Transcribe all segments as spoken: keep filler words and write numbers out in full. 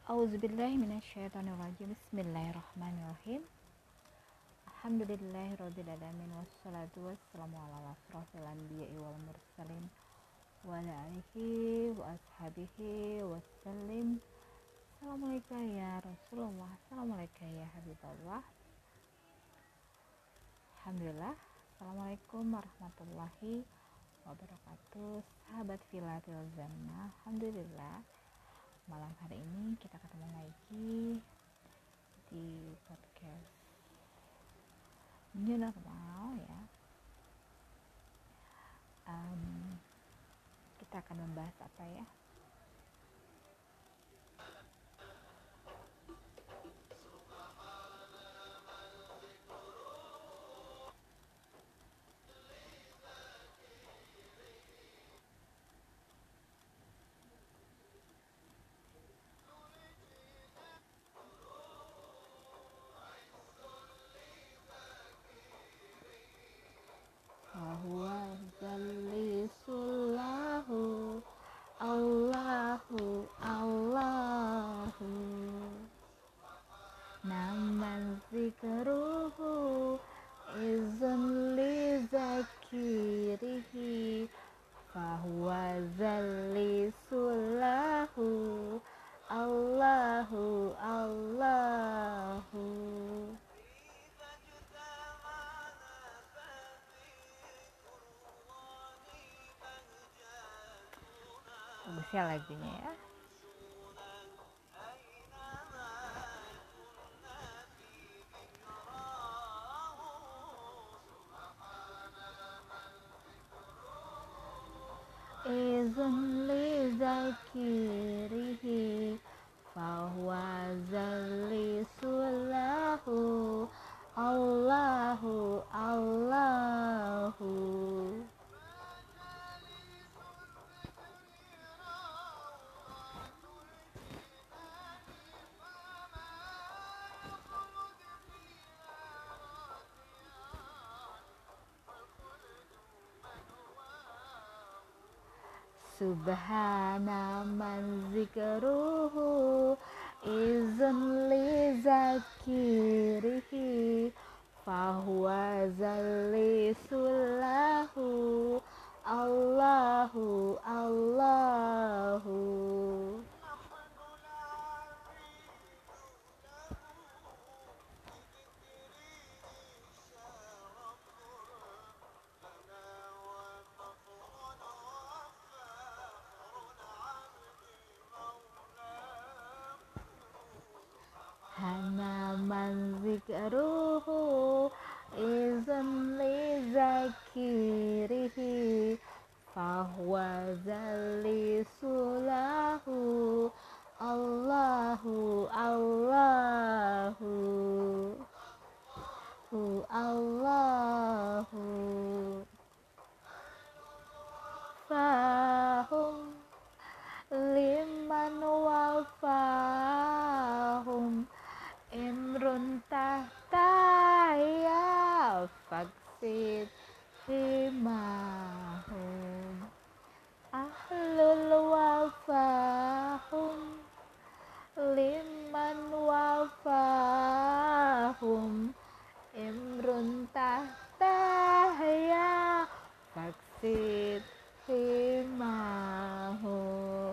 Auzubillahi minasyaitonirrajim. Bismillahirrahmanirrahim. Alhamdulillahirabbil alamin wassalatu wassalamu ala asrofil anbiya'i wal mursalin wa ala alihi wa ashabihi wassalim. Assalamualaikum ya Rasulullah, assalamualaikum ya Habibullah. Alhamdulillah. Assalamualaikum warahmatullahi wabarakatuh. Sahabat Filatil Jannah, alhamdulillah malam hari ini kita ketemu lagi di podcast new normal ya. Um, kita akan membahas apa ya? Huwa zalisullahu Allahu Allahu naman zikruhu izun li zakirihi fahuwa zalisullahu Allahu Allahu. Bagusnya lagunya ya. Izun li zakirihi fahuwa zalisullahu Allahu Allahu. Subhana man zikruhu izun li zakirihi fahuwa zalisullahu Allahu Allahu. Hana man zikruhu izun li zakirihi fahuwa zalisullahu Allahu Allahu hu Allahu. Fahum liman wafahum imrun tahtaya faksid himahum ahlul wafahum liman wafahum imrun tahtaya faksid himahum.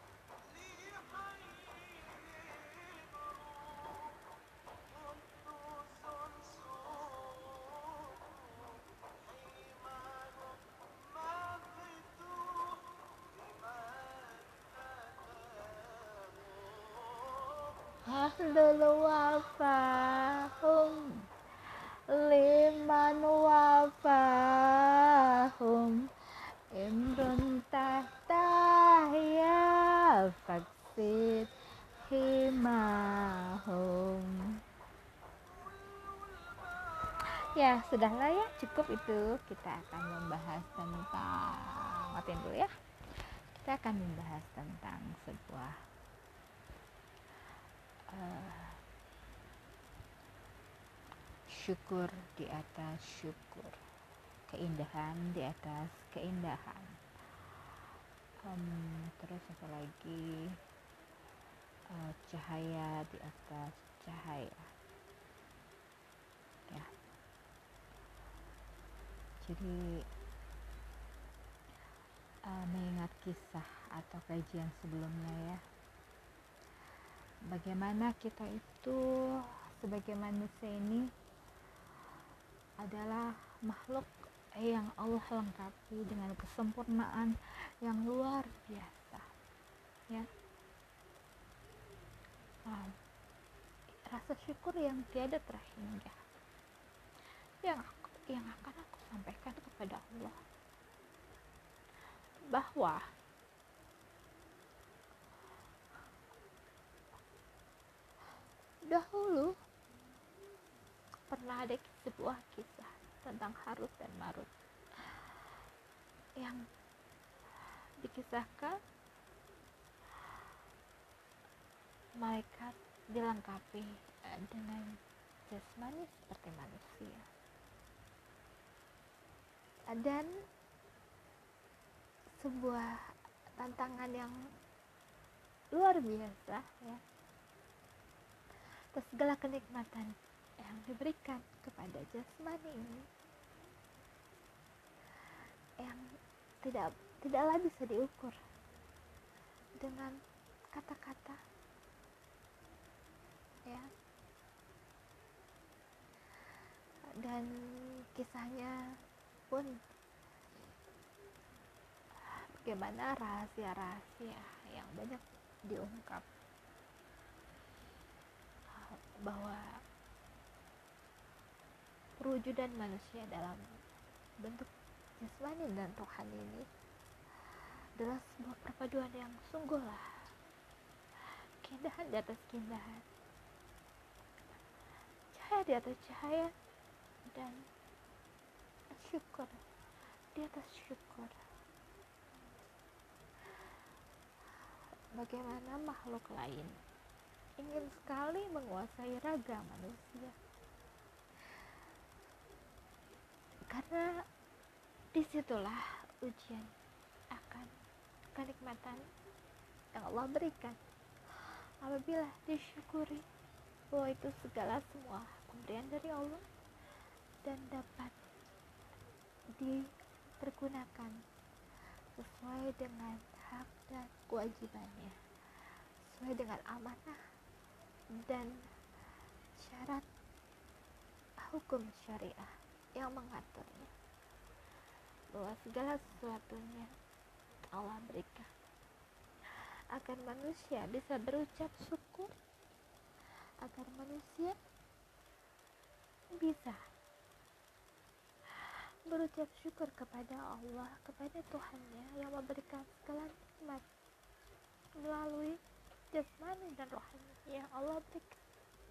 Ahlul wafahum liman wafahum imrun tahtaya faksid himahum. Ya sudahlah ya, cukup itu. Kita akan membahas tentang, matiin dulu ya, kita akan membahas tentang sebuah uh, syukur di atas syukur, keindahan di atas keindahan. Um, terus apa lagi? uh, cahaya di atas cahaya ya. Jadi uh, mengingat kisah atau kajian sebelumnya ya, bagaimana kita itu sebagai manusia ini adalah makhluk yang Allah lengkapi dengan kesempurnaan yang luar biasa ya. Wow. Rasa syukur yang tiada terhingga yang aku, yang akan aku sampaikan kepada Allah, bahwa dahulu pernah ada sebuah kisah tentang Harut dan Marut yang dikisahkan malaikat dilengkapi dengan jasmani seperti manusia, dan sebuah tantangan yang luar biasa ya, atas segala kenikmatan yang diberikan kepada jasmani ini yang tidak tidaklah bisa diukur dengan kata-kata ya. Dan kisahnya pun bagaimana rahasia-rahasia yang banyak diungkap, bahwa perwujudan manusia dalam bentuk jasmani dan rohani ini adalah sebuah perpaduan yang sungguhlah keindahan di atas keindahan, cahaya di atas cahaya, dan syukur di atas syukur. Bagaimana makhluk lain ingin sekali menguasai raga manusia, karena disitulah ujian akan kenikmatan yang Allah berikan apabila disyukuri bahwa itu segala semua pemberian dari Allah dan dapat dipergunakan sesuai dengan hak dan kewajibannya, sesuai dengan amanah dan syarat hukum syariah yang mengaturnya, bahwa segala sesuatunya Allah berikan agar manusia bisa berucap syukur, agar manusia bisa berucap syukur kepada Allah, kepada Tuhannya yang memberikan segala nikmat melalui jasmani dan rohani yang Allah berikan.